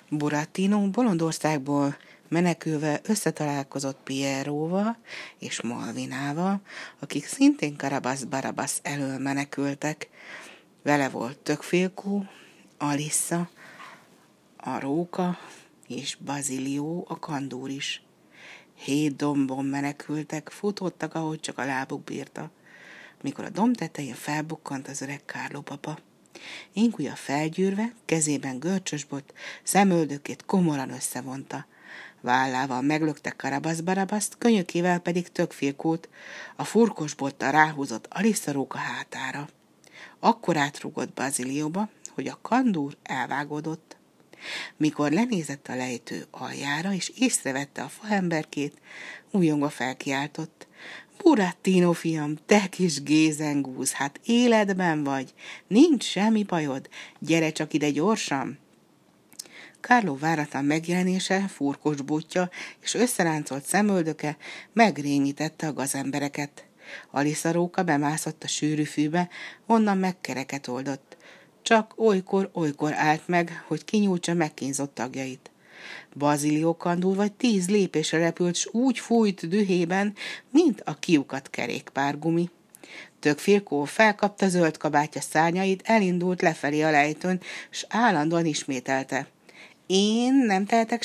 Burattino Bolondországból menekülve összetalálkozott Pieróval és Malvinával, akik szintén Karabas-Barabas elől menekültek. Vele volt Tökfélkó, Alissa, a róka és Bazilió, a kandúr is. 7 dombon menekültek, futottak, ahogy csak a lábuk bírta, mikor a domb tetején felbukkant az öreg Carlo papa. Inkúja felgyűrve, kezében görcsösbot, szemöldökét komoran összevonta. Vállával meglökte Karabas-Barabaszt, könyökével pedig Tökfélkót, a furkos bottal ráhúzott Alissa róka hátára. Akkor átrúgott Bazilióba, hogy a kandúr elvágódott. Mikor lenézett a lejtő aljára, és észrevette a faemberkét, újongva felkiáltott: Burattino, fiam, te kis gézengúz, hát életben vagy, nincs semmi bajod, gyere csak ide gyorsan! Carlo váratlan megjelenése, furkos bútja és összeráncolt szemöldöke megrémítette a gazembereket. Alissa róka bemászott a sűrű fűbe, onnan megkereket oldott. Csak olykor állt meg, hogy kinyújtsa megkínzott tagjait. Bazilió kandúr vagy 10 lépésre repült, s úgy fújt dühében, mint a kiukat kerékpárgumi. Tökfélkó felkapta zöld kabátja szárnyait, elindult lefelé a lejtőn, s állandóan ismételte: Én nem tehetek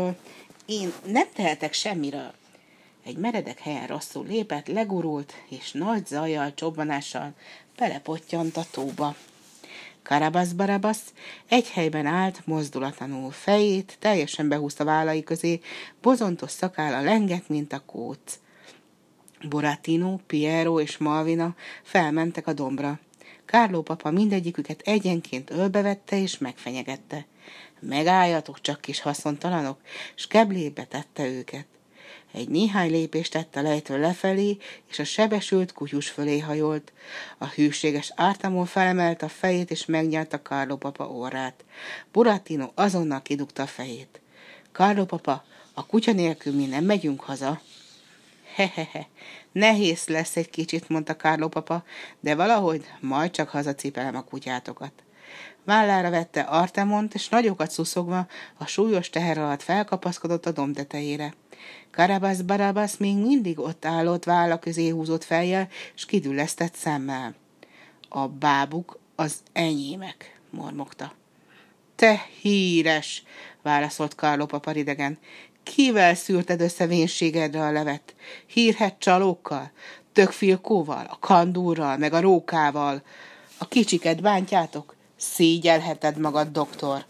semmiről. Egy meredek helyen rosszul lépett, legurult, és nagy zajjal, csobbanással belepottyant a tóba. Karabas-Barabas egy helyben állt, mozdulatlanul, fejét teljesen behúzta vállai közé, bozontos szakálla lengett, mint a kóc. Burattino, Piero és Malvina felmentek a dombra. Carlo papa mindegyiküket egyenként ölbevette és megfenyegette. Megálljatok csak, kis haszontalanok, s keblébe tette őket. Egy néhány lépést tett a lejtő lefelé, és a sebesült kutyus fölé hajolt. A hűséges Ártamon felemelte a fejét, és megnyalta Carlo papa orrát. Burattino azonnal kidugta a fejét. Carlo papa, a kutya nélkül mi nem megyünk haza. Hehehe, nehéz lesz egy kicsit, mondta Carlo papa, de valahogy majd csak hazacipelem a kutyátokat. Vállára vette Artemont, és nagyokat szuszogva a súlyos teher alatt felkapaszkodott a domb tetejére. Karabas-Barabas még mindig ott állott, válla közé húzott fejjel, s kidüllesztett szemmel. A bábuk az enyémek, mormogta. Te híres, válaszolt Carlo papa ridegen. Kivel szűrted össze vénségedre a levet? Hírhedt csalókkal? Tökfélkóval, a kandúrral, meg a rókával? A kicsiket bántjátok? Szégyelheted magad, doktor.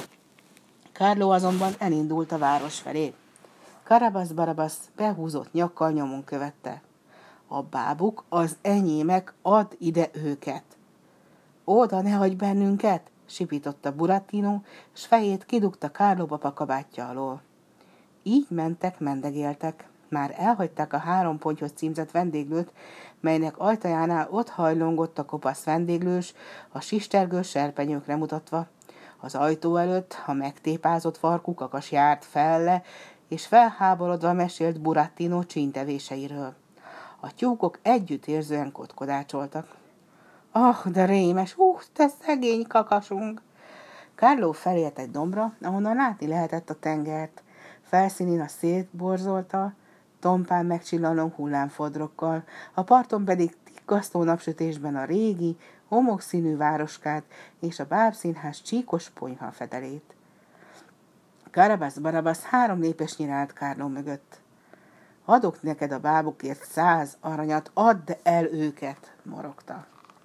Carlo azonban elindult a város felé. Karabas-Barabas behúzott nyakkal nyomon követte. A bábuk az enyémek, add ide őket. Oda ne hagyj bennünket, sipította Burattino, s fejét kidugta Carlo papa kabátja alól. Így mendegéltek. Már elhagyták a 3 pontyhoz címzett vendéglőt, melynek ajtajánál ott hajlongott a kopasz vendéglős, a sistergő serpenyőkre mutatva. Az ajtó előtt a megtépázott farkú kakas járt felle, és felháborodva mesélt Burattino csíntevéseiről. A tyúkok együttérzően kotkodácsoltak. De rémes, te szegény kakasunk! Carlo felért egy dombra, ahonnan látni lehetett a tengert. Felszínén a szél borzolta, tompán megcsillanó hullámfodrokkal, a parton pedig tikkasztó napsütésben a régi, homokszínű városkát és a bábszínház csíkos ponyha fedelét. Karabas-Barabas 3 lépésnyire állt Carlo mögött. Adok neked a bábukért 100 aranyat, add el őket, morogta.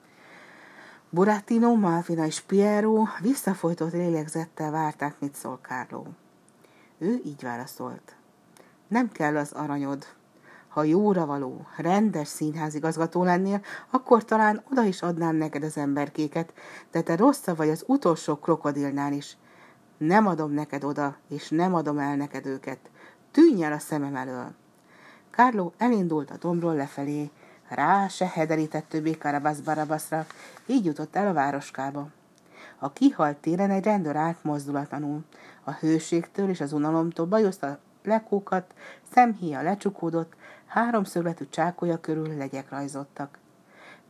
Burattino, Malvina és Piero visszafolytott lélegzettel várták, mit szól Carlo. Ő így válaszolt. Nem kell az aranyod. Ha jóra való, rendes színházigazgató lennél, akkor talán oda is adnám neked az emberkéket, de te rosszabb vagy az utolsó krokodilnál is. Nem adom neked oda, és nem adom el neked őket. Tűnj el a szemem elől. Carlo elindult a dombról lefelé, rá se hederített többé Karabas-Barabasra, így jutott el a városkába. A kihalt téren egy rendőr állt mozdulatlanul. A hőségtől és az unalomtól bajozta lekókat, szemhíja lecsukódott, 3 szögletű csákolya körül legyek rajzottak.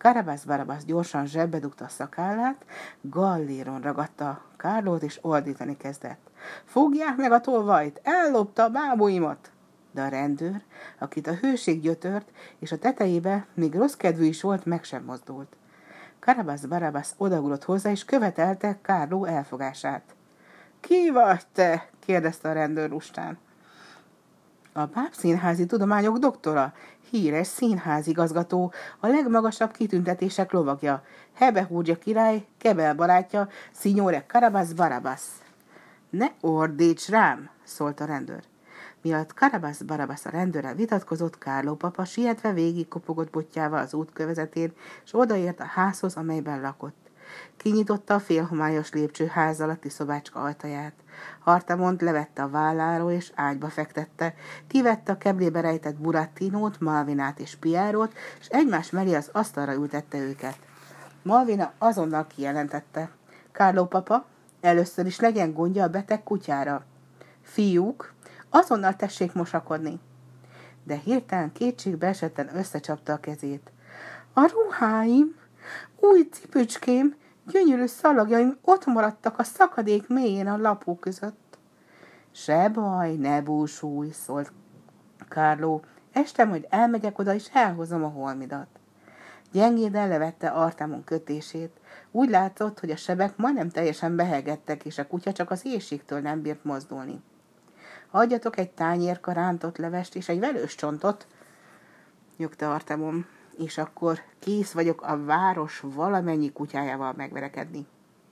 Karabasz Barabasz gyorsan zsebbe dugta a szakállát, galléron ragadta Kárlót, és ordítani kezdett. Fogják meg a tolvajt, ellopta a bábúimat! De a rendőr, akit a hőség gyötört, és a tetejébe még rossz kedvű is volt, meg sem mozdult. Karabasz Barabasz odaugrott hozzá, és követelte Kárló elfogását. Ki vagy te? Kérdezte a rendőr lustán. A bábszínházi tudományok doktora, híres színházigazgató, a legmagasabb kitüntetések lovagja, Hebehúrgya király, Kebel barátja, Signore Karabasz Barabasz. Ne ordíts rám, szólt a rendőr. Miatt Karabasz Barabasz a rendőrrel vitatkozott, Kárló papa sietve végig kopogott botjával az útkövezetén, és odaért a házhoz, amelyben lakott. Kinyitotta a félhomályos lépcsőház alatti szobácska ajtaját. Hartamont levette a válláról, és ágyba fektette. Kivette a keblébe rejtett Burattinót, Malvinát és Pierót, és egymás mellé az asztalra ültette őket. Malvina azonnal kijelentette. Kárló papa, először is legyen gondja a beteg kutyára. Fiúk, azonnal tessék mosakodni. De hirtelen kétségbe esetten összecsapta a kezét. A ruháim, új cipőcském, gyönyörű szalagjaim ott maradtak a szakadék mélyén a lapó között. Se baj, ne búsulj, szólt Kárló. Este majd elmegyek oda, és elhozom a holmidat. Gyengéden levette Artemon kötését. Úgy látszott, hogy a sebek majdnem teljesen behegettek, és a kutya csak az éhségtől nem bírt mozdulni. Adjatok egy tányérka rántott levest és egy velős csontot, nyögte Artemon, és akkor kész vagyok a város valamennyi kutyájával megverekedni.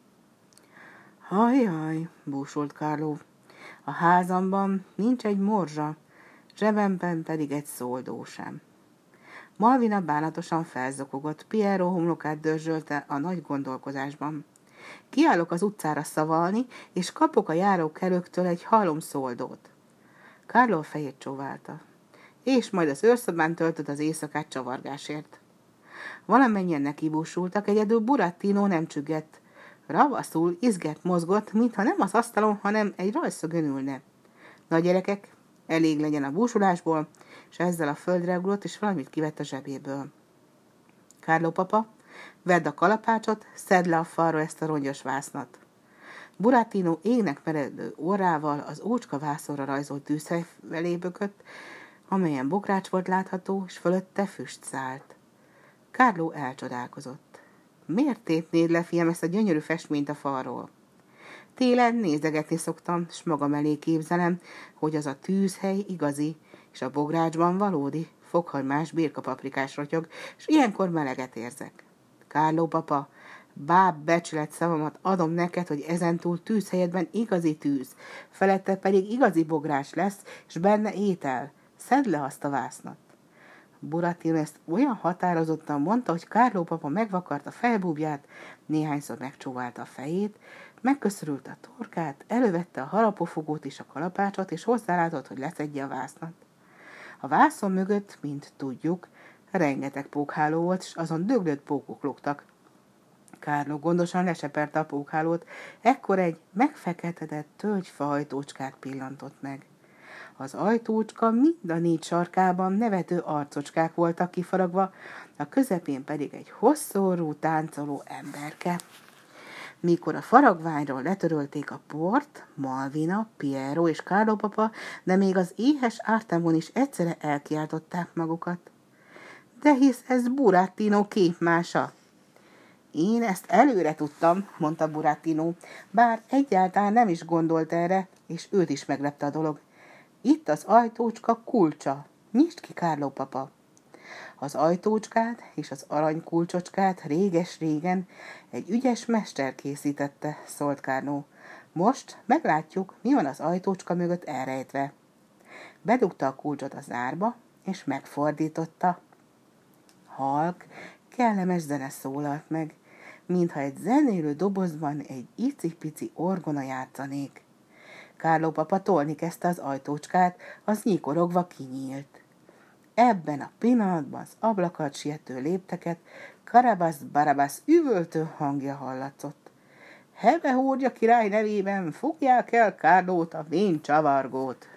Hajjaj, búsult Kárló, a házamban nincs egy morzsa, zsebemben pedig egy szoldó sem. Malvina bánatosan felzokogott, Piero homlokát dörzsölte a nagy gondolkozásban. Kiállok az utcára szavalni, és kapok a járókelőktől egy halom szoldót. Kárló a fejét csóválta. És majd az őrszobán töltött az éjszakát csavargásért. Valamennyien nekibúsultak, egyedül Burattino nem csüggett. Ravaszul, izgett mozgott, mintha nem az asztalon, hanem egy rajszögön ülne. Na gyerekek, elég legyen a búsulásból, és ezzel a földre ugrott, és valamit kivett a zsebéből. Kárló papa, vedd a kalapácsot, szedd le a falról ezt a rongyos vásznat. Burattino égnek meredő orrával az ócska vászonra rajzolt tűzhely felé bökött, amelyen bokrács volt látható, és fölötte füst szállt. Kárló elcsodálkozott. Miért tépnéd le, fiam, ezt a gyönyörű festményt a falról? Télen nézegetni szoktam, s magam elé képzelem, hogy az a tűzhely igazi, és a bográcsban valódi, fokhagymás birkapaprikás rotyog, és ilyenkor meleget érzek. Kárló papa, báb becsület szavamat adom neked, hogy ezentúl tűzhelyedben igazi tűz, felette pedig igazi bogrács lesz, és benne étel. Szedd le azt a vásznat. Burattino ezt olyan határozottan mondta, hogy Kárló papa megvakarta a fejbúbját, néhányszor megcsóválta a fejét, megköszörült a torkát, elővette a harapófogót és a kalapácsot, és hozzálátott, hogy leszedje a vásznat. A vászon mögött, mint tudjuk, rengeteg pókháló volt, és azon döglött pókok lógtak. Kárló gondosan leseperte a pókhálót, ekkor egy megfeketedett tölgyfa ajtócskát pillantott meg. Az ajtócska mind a 4 sarkában nevető arcocskák voltak kifaragva, a közepén pedig egy hosszorú, táncoló emberke. Mikor a faragványról letörölték a port, Malvina, Piero és Kárló papa, de még az éhes Artemon is egyszerre elkiáltották magukat. De hisz ez Burattino képmása. Én ezt előre tudtam, mondta Burattino, bár egyáltalán nem is gondolt erre, és őt is meglepte a dolog. Itt az ajtócska kulcsa. Nyisd ki, Kárló papa. Az ajtócskát és az aranykulcsocskát réges-régen egy ügyes mester készítette, szólt Kárló. Most meglátjuk, mi van az ajtócska mögött elrejtve. Bedugta a kulcsot a zárba, és megfordította. Halk, kellemes zene szólalt meg, mintha egy zenélő dobozban egy icipici orgona játszanék. Kárló papa tolni kezdte az ajtócskát, az nyikorogva kinyílt. Ebben a pillanatban az ablakart siető lépteket Karabasz Barabasz üvöltő hangja hallatszott. Hebehúrgya király nevében fogják el Kárlót, a vén csavargót!